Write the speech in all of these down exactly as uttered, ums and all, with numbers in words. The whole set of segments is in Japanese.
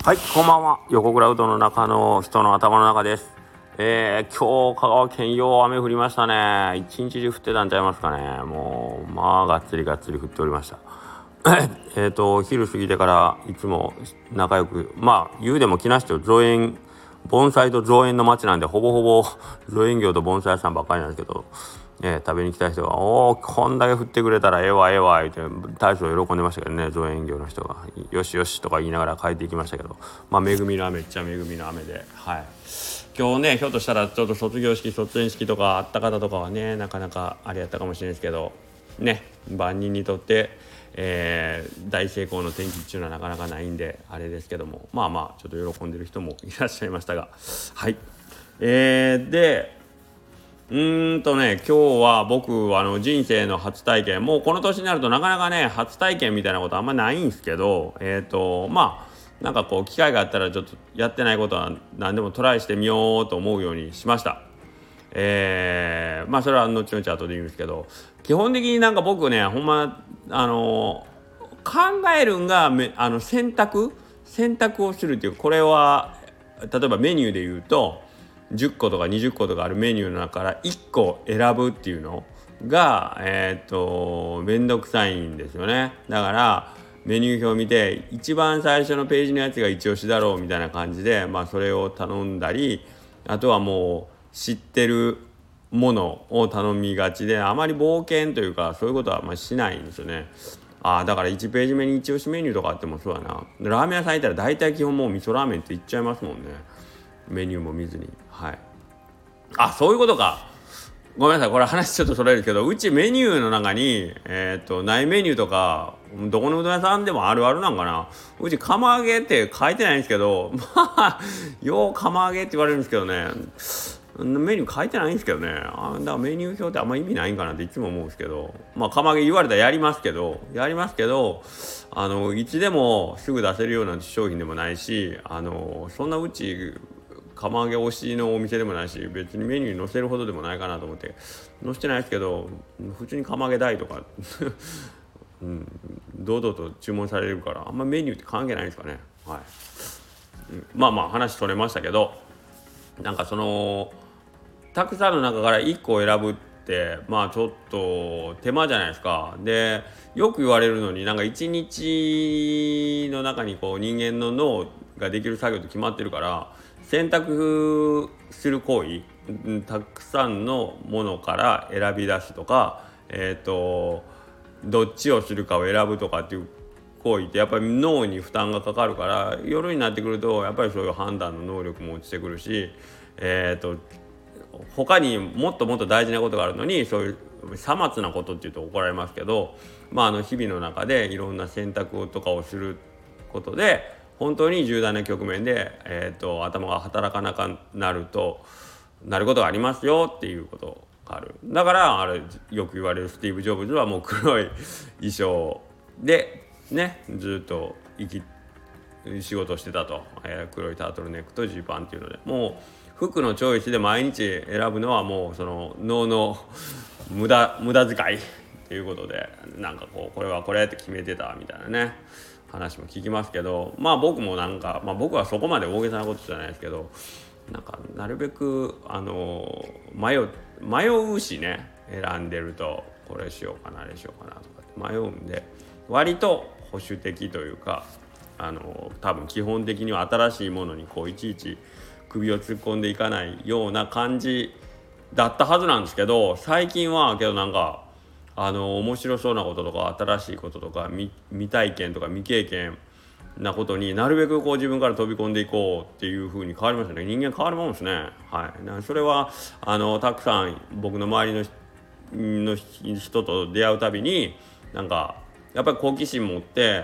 はい、こんばんは。横倉うどんの中の人の頭の中です。えー、今日香川県よう雨降りましたね。一日中降ってたんちゃいますかね。もうまあがっつりがっつり降っておりました。えっと昼過ぎてからいつも仲良く、まあ言うでも来なしてよ、造園盆栽と造園の町なんで、ほぼほぼ造園業と盆栽屋さんばっかりなんですけど、えー、食べに来た人がおーこんだけ降ってくれたらええわええわって大将喜んでましたけどね。造園業の人がよしよしとか言いながら帰っていきましたけど、まあ恵みの雨っちゃ恵みの雨で、はい今日ね、ひょっとしたらちょっと卒業式卒園式とかあった方とかはね、なかなかあれやったかもしれないですけどね、万人にとって、えー、大成功の天気っていうのはなかなかないんであれですけども、まあまあちょっと喜んでる人もいらっしゃいましたが、はいえー、でうーんとね今日は僕あの人生の初体験、もうこの年になるとなかなかね初体験みたいなことあんまないんですけど、えっとまあなんかこう機会があったらちょっとやってないことは何でもトライしてみようと思うようにしました。えー、まあそれは後々後で言うんですけど、基本的になんか僕ねほんまあの考えるんがめあの選択選択をするっていう、これは例えばメニューで言うとじゅっことかにじゅっことかあるメニューの中からいっこ選ぶっていうのがえー、っとめんどくさいんですよね。だからメニュー表を見て一番最初のページのやつが一押しだろうみたいな感じで、まあそれを頼んだり、あとはもう知ってるものを頼みがちで、あまり冒険というかそういうことはあんまりしないんですよね。あだからいちページ目に一押しメニューとかあってもそうやな、ラーメン屋さん行ったら大体基本もう味噌ラーメンって言っちゃいますもんね、メニューも見ずに。はいあそういうことか。ごめんなさい、これ話ちょっとそれるけど、うちメニューの中にえっとないメニューとかどこのうどん屋さんでもあるあるなんかな。うち釜揚げって書いてないんですけど、まあよう釜揚げって言われるんですけどね、メニュー書いてないんですけどね。あだからメニュー表ってあんま意味ないんかなっていつも思うんですけど、まあ釜揚げ言われたらやりますけどやりますけどあのいつでもすぐ出せるような商品でもないし、あのそんなうち釜揚げ推しのお店でもないし、別にメニューに載せるほどでもないかなと思って載せてないですけど、普通に釜揚げ大とか、うん、堂々と注文されるからあんまメニューって関係ないんですかね。はい、うん、まあまあ話それましたけど、なんかそのたくさんの中からいっこ選ぶってまあちょっと手間じゃないですか。でよく言われるのに、なんかいちにちの中にこう人間の脳ができる作業って決まってるから、選択する行為、たくさんのものから選び出すとか、えっとどっちをするかを選ぶとかっていう行為ってやっぱり脳に負担がかかるから、夜になってくるとやっぱりそういう判断の能力も落ちてくるし、えっと他にもっともっと大事なことがあるのに、そういうさまつなことっていうと怒られますけど、まあ、あの日々の中でいろんな選択とかをすることで本当に重大な局面で、えー、と頭が働かなくなるとなることがありますよっていうことがある。だからあれよく言われるスティーブ・ジョブズはもう黒い衣装でねずっと生き仕事してたと、えー、黒いタートルネックとジーパンっていうので、もう服のチョイスで毎日選ぶのはもうその脳の無駄無駄遣いっていうことで、なんかこうこれはこれって決めてたみたいなね話も聞きますけど、まあ僕もなんか、まあ、僕はそこまで大げさなことじゃないですけど、なんかなるべくあの迷う迷うしね、選んでるとこれしようかなあれしようかなとかって迷うんで、割と保守的というか、あの多分基本的には新しいものにこういちいち首を突っ込んでいかないような感じだったはずなんですけど、最近はけどなんかあの面白そうなこととか新しいこととか 未, 未体験とか未経験なことになるべくこう自分から飛び込んでいこうっていう風に変わりましたね。人間変わるもんですね。はい、それはあのたくさん僕の周りの人と出会うたびになんかやっぱり好奇心持って、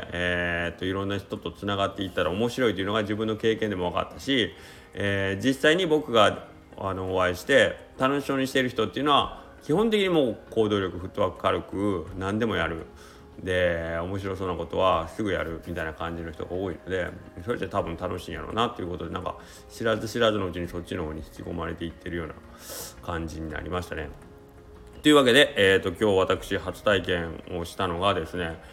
えー、っといろんな人とつながっていったら面白いというのが自分の経験でも分かったし、えー、実際に僕があのお会いして楽しそうにしている人っていうのは基本的にもう行動力フットワーク軽く何でもやるで、面白そうなことはすぐやるみたいな感じの人が多いので、それって多分楽しいんやろうなっていうことで、なんか知らず知らずのうちにそっちの方に引き込まれていってるような感じになりましたね。というわけで、えーと、今日私初体験をしたのがですね、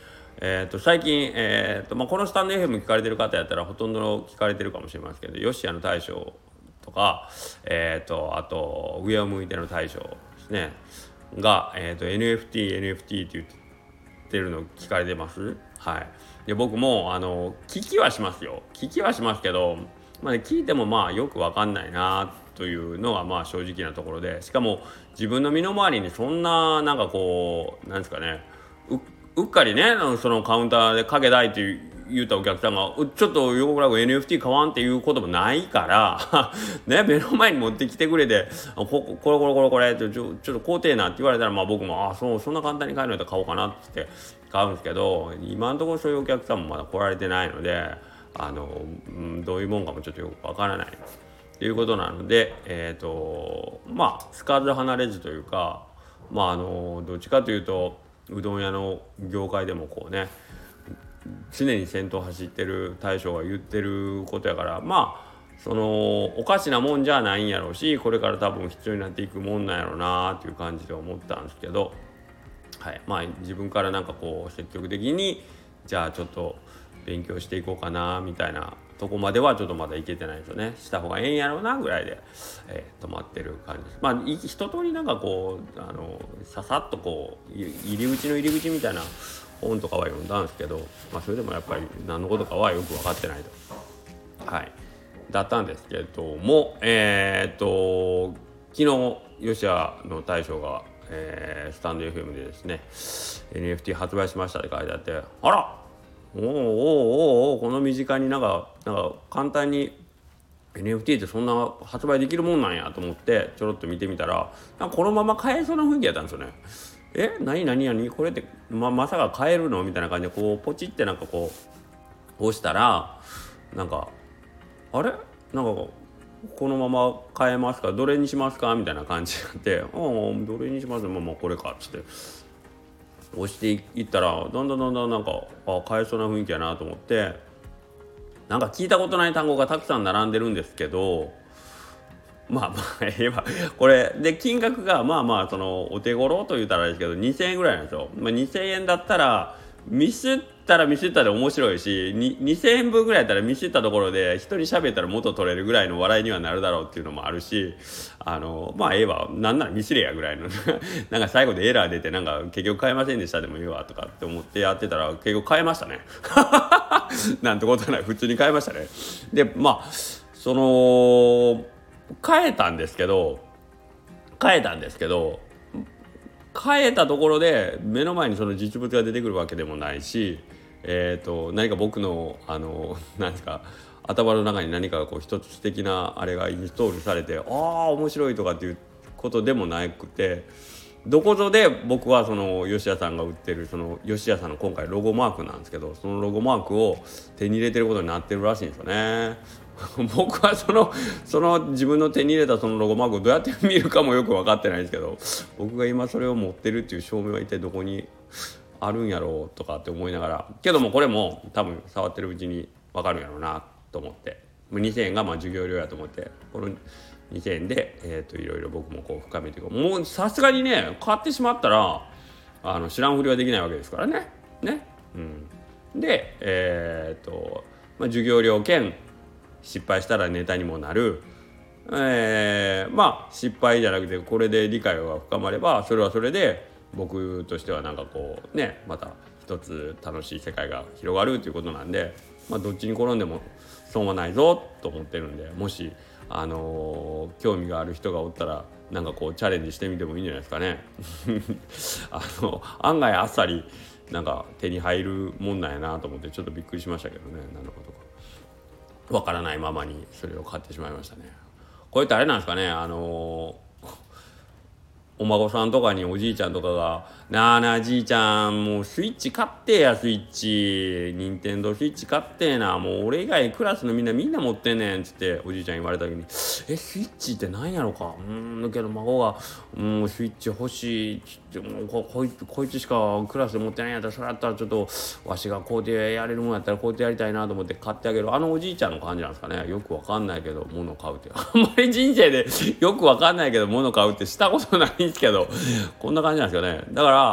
えー、と最近、えーとまあ、このスタンド エフエム 聞かれてる方やったらほとんど聞かれてるかもしれませんけど、ヨシアの大将とか、えー、とあと上を向いての大将ですねが、えー、と エヌエフティー、エヌエフティー って言ってるの聞かれてます。はい。で僕もあの聞きはしますよ聞きはしますけど、まあね、聞いてもまあよく分かんないなというのがまあ正直なところで、しかも自分の身の回りにそんななんかこうなんですかね、ううっかりねそのカウンターでかけたいって言ったお客さんがちょっと横倉君 エヌエフティー 買わんっていうこともないからね、目の前に持ってきてくれてここれこれこれこれってちょちょっと買うてえなって言われたら、まあ僕もあそうそんな簡単に買えるのやったら買おうかなって買うんですけど、今のところそういうお客さんもまだ来られてないので、あの、うん、どういうもんかもちょっとよくわからないということなので、えっとまあつかず離れずというか、まああのどっちかというとうどん屋の業界でもこうね常に先頭走ってる大将が言ってることやから、まあそのおかしなもんじゃないんやろうし、これから多分必要になっていくもんなんやろうなっていう感じで思ったんですけど、はい、まあ自分からなんかこう積極的にじゃあちょっと勉強していこうかなみたいなとこまではちょっとまだいけてないですよね。した方がええんやろうなぐらいで、えー、止まってる感じです。まあ一通りなんかこうあのささっとこう入り口の入り口みたいな本とかは読んだんですけど、まあそれでもやっぱり何のことかはよく分かってないと、はい、だったんですけども、えー、っと昨日吉谷の大将が、えー、スタンド エフエム でですね エヌエフティー 発売しましたって書いてあって、あらおーおーおーおーこの身近になんかなんか簡単に エヌエフティー ってそんな発売できるもんなんやと思ってちょろっと見てみたら、なんかこのまま買えそうな雰囲気やったんですよね。え何何何これって ま, まさか買えるのみたいな感じでこうポチってなんかこう押したらなんかあれなんかこのまま買えますかどれにしますかみたいな感じになって、ああどれにしますまあまあこれかっつって押していったらだんだんだんだんなんかあ買えそうな雰囲気やなと思って、なんか聞いたことない単語がたくさん並んでるんですけど、まあまあええわこれで金額がまあまあそのお手頃と言ったらあれですけどにせんえんぐらいなんですよ。まあ、にせんえんだったらミスったらミスったで面白いし、にせんえんぶんぐらいやったらミスったところで人に喋ったら元取れるぐらいの笑いにはなるだろうっていうのもあるし、あのまあええわなんならミスれやぐらいのなんか最後でエラー出てなんか結局買えませんでしたでもいいわとかって思ってやってたら結局買えましたねなんてことはない普通に買えましたね。でまあその変えたんですけど変えたんですけど変えたところで目の前にその実物が出てくるわけでもないし、えーと何か僕のあの何ですか頭の中に何かこう一つ素敵なあれがインストールされてああ面白いとかっていうことでもなくて、どこぞで僕はその吉谷さんが売ってるその吉谷さんの今回ロゴマークなんですけど、そのロゴマークを手に入れてることになってるらしいんですよね僕はそのその自分の手に入れたそのロゴマークをどうやって見るかもよく分かってないんですけど、僕が今それを持ってるっていう証明は一体どこにあるんやろうとかって思いながら、けどもこれも多分触ってるうちに分かるんやろうなと思って、にせんえんがまあ授業料やと思ってこのにせんえんで、えー、といろいろ僕もこう深めていこう。もうさすがにね買ってしまったらあの知らんふりはできないわけですからね。ね、うん、でえっ、ー、と、まあ、授業料兼失敗したらネタにもなる、えー、まあ失敗じゃなくてこれで理解が深まればそれはそれで僕としてはなんかこうねまた一つ楽しい世界が広がるということなんで、まあ、どっちに転んでも損はないぞと思ってるんで、もしあのー、興味がある人がおったらなんかこうチャレンジしてみてもいいんじゃないですかねあの案外あっさりなんか手に入るもんなんやなと思ってちょっとびっくりしましたけどね。何のことかわからないままにそれを買ってしまいましたね。これってあれなんですかね、あのーお孫さんとかにおじいちゃんとかがなあなあじいちゃんもうスイッチ買ってやスイッチニンテンドースイッチ買ってなもう俺以外クラスのみんなみんな持ってんねんっつっておじいちゃん言われた時にえスイッチって何やろかうーんだけど孫がうんスイッチ欲しいってもう こ, こ, いこいつしかクラスで持ってないんやったらそれやったらちょっとわしがこうでやれるもんやったらこうやってやりたいなと思って買ってあげるあのおじいちゃんの感じなんですかね。よくわかんないけど物買うってあんまり人生でよくわかんないけど物買うってしたことないんですけどこんな感じなんですよね。だから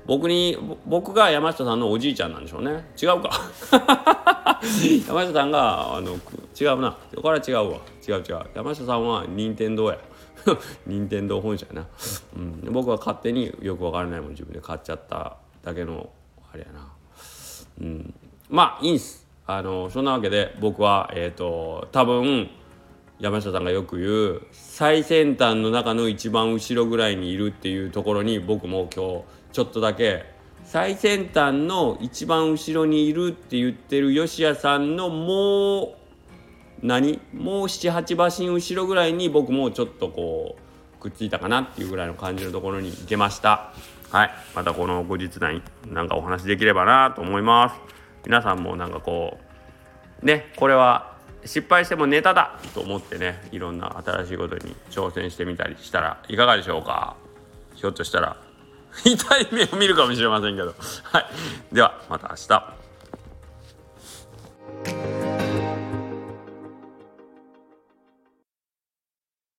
僕に僕が山下さんのおじいちゃんなんでしょうね。違うか山下さんがあの違うな、これは違うわ、違う違う、山下さんは任天堂や任天堂本社やな、うん、僕は勝手によくわからないもん自分で買っちゃっただけのあれやな、うん、まあいいんす。あのそんなわけで僕はえっと多分山下さんがよく言う最先端の中の一番後ろぐらいにいるっていうところに、僕も今日ちょっとだけ最先端の一番後ろにいるって言ってる吉谷さんのもう何もうななはち馬身後ろぐらいに僕もちょっとこうくっついたかなっていうぐらいの感じのところに行けました。はい、またこの後日談なんかお話できればなと思います。皆さんもなんかこうね、これは失敗してもネタだと思ってね、いろんな新しいことに挑戦してみたりしたらいかがでしょうか。ひょっとしたら痛い目を見るかもしれませんけどはい、ではまた明日。